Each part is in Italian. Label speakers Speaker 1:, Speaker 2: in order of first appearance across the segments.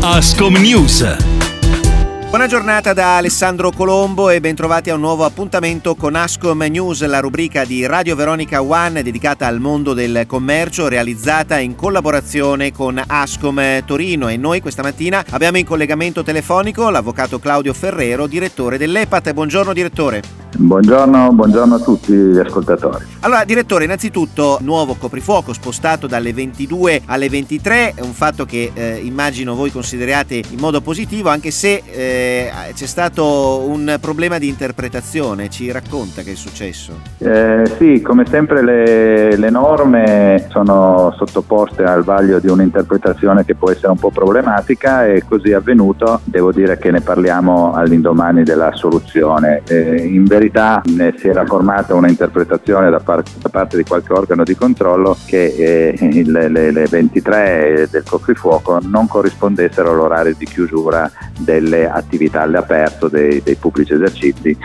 Speaker 1: Ascom News.
Speaker 2: Buona giornata da Alessandro Colombo e bentrovati a un nuovo appuntamento con Ascom News, la rubrica di Radio Veronica One dedicata al mondo del commercio, realizzata in collaborazione con Ascom Torino. E noi questa mattina abbiamo in collegamento telefonico l'avvocato Claudio Ferrero, direttore dell'EPAT. Buongiorno direttore.
Speaker 3: Buongiorno a tutti gli ascoltatori.
Speaker 2: Allora direttore, innanzitutto nuovo coprifuoco spostato dalle 22 alle 23, è un fatto che immagino voi consideriate in modo positivo, anche se c'è stato un problema di interpretazione. Ci racconta che è successo?
Speaker 3: Sì, come sempre le norme sono sottoposte al vaglio di un'interpretazione che può essere un po' problematica, e così è avvenuto. Devo dire che ne parliamo all'indomani della soluzione. In verità si era formata una interpretazione da parte di qualche organo di controllo che le 23 del coprifuoco non corrispondessero all'orario di chiusura delle attività all'aperto dei pubblici esercizi,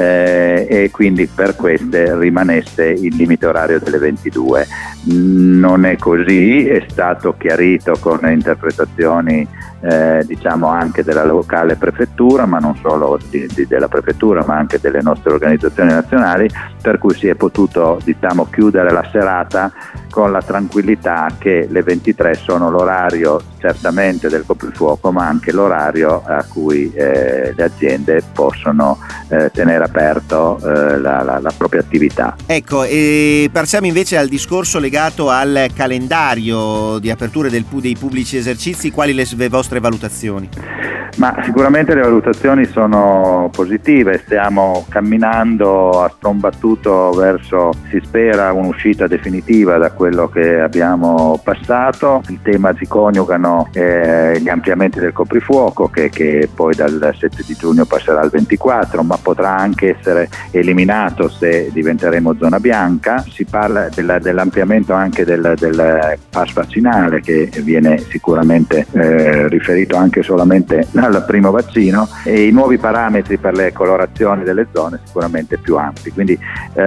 Speaker 3: e quindi per queste rimanesse il limite orario delle 22. Non è così, è stato chiarito con interpretazioni diciamo anche della locale prefettura, ma non solo della prefettura, ma anche delle nostre organizzazioni nazionali, per cui si è potuto chiudere la serata con la tranquillità che le 23 sono l'orario certamente del coprifuoco, ma anche l'orario a cui le aziende possono tenere aperto la propria attività.
Speaker 2: Ecco, e passiamo invece al discorso legato al calendario di apertura dei pubblici esercizi. Quali le vostre valutazioni?
Speaker 3: Ma sicuramente le valutazioni sono positive, stiamo camminando a strombattuto verso, si spera, un'uscita definitiva da quello che abbiamo passato. Il tema si coniugano gli ampliamenti del coprifuoco che poi dal 7 di giugno passerà al 24, ma potrà anche essere eliminato se diventeremo zona bianca. Si parla dell'ampliamento anche del pass vaccinale, che viene sicuramente riferito anche solamente al primo vaccino, e i nuovi parametri per le colorazioni delle zone sicuramente più ampi. Quindi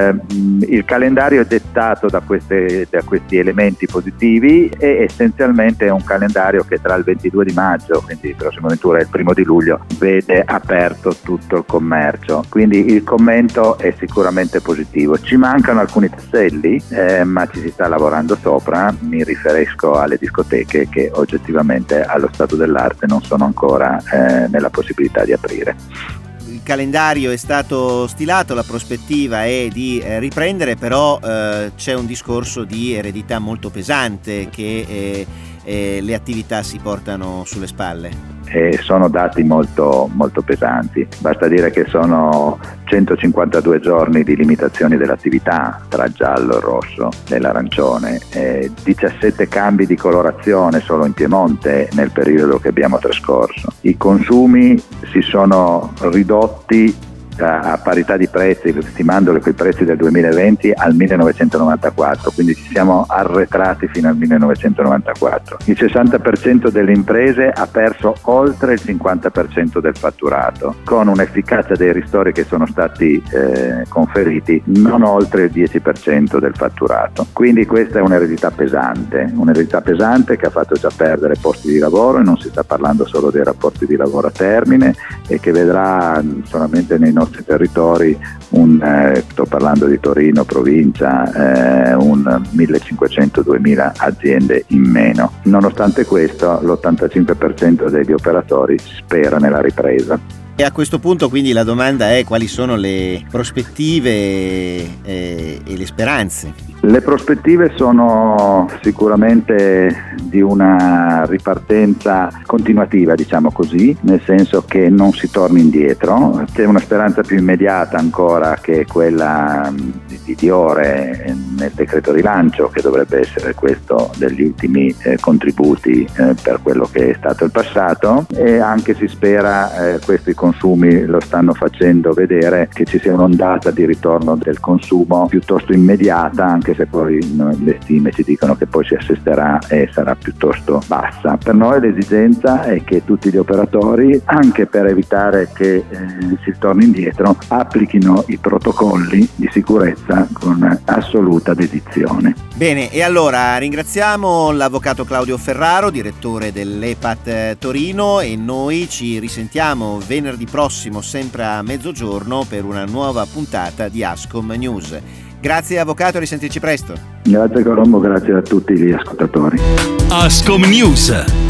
Speaker 3: il calendario è dettato da questi elementi positivi, e essenzialmente è un calendario che tra il 22 di maggio, quindi il prossimo 21, e il 1 di luglio vede aperto tutto il commercio. Quindi il commento è sicuramente positivo. Ci mancano alcuni tasselli, ma ci si sta lavorando sopra. Mi riferisco alle discoteche, che oggettivamente allo stato dell'arte non sono ancora nella possibilità di aprire.
Speaker 2: Il calendario è stato stilato, la prospettiva è di riprendere, però c'è un discorso di eredità molto pesante che le attività si portano sulle spalle.
Speaker 3: Sono dati molto, molto pesanti. Basta dire che sono 152 giorni di limitazioni dell'attività tra il giallo, il rosso e l'arancione, 17 cambi di colorazione solo in Piemonte nel periodo che abbiamo trascorso. I consumi si sono ridotti a parità di prezzi, stimandole quei prezzi del 2020, al 1994, quindi ci siamo arretrati fino al 1994. Il 60% delle imprese ha perso oltre il 50% del fatturato, con un'efficacia dei ristori che sono stati conferiti non oltre il 10% del fatturato. Quindi questa è un'eredità pesante che ha fatto già perdere posti di lavoro, e non si sta parlando solo dei rapporti di lavoro a termine, e che vedrà solamente nei nostri territori sto parlando di Torino, provincia, un 1500-2000 aziende in meno. Nonostante questo, l'85% degli operatori spera nella ripresa.
Speaker 2: E a questo punto quindi la domanda è: quali sono le prospettive e le speranze?
Speaker 3: Le prospettive sono sicuramente di una ripartenza continuativa, diciamo così, nel senso che non si torni indietro. C'è una speranza più immediata ancora, che è quella di ore nel decreto rilancio, che dovrebbe essere questo degli ultimi contributi per quello che è stato il passato, e anche si spera, questi consumi lo stanno facendo vedere, che ci sia un'ondata di ritorno del consumo piuttosto immediata, anche se poi le stime ci dicono che poi si assesterà e sarà piuttosto bassa. Per noi l'esigenza è che tutti gli operatori, anche per evitare che si torni indietro, applichino i protocolli di sicurezza farla con assoluta dedizione.
Speaker 2: Bene, e allora ringraziamo l'avvocato Claudio Ferraro, direttore dell'EPAT Torino, e noi ci risentiamo venerdì prossimo sempre a mezzogiorno per una nuova puntata di Ascom News. Grazie avvocato, a risentirci presto.
Speaker 3: Grazie Colombo, grazie a tutti gli ascoltatori.
Speaker 1: Ascom News.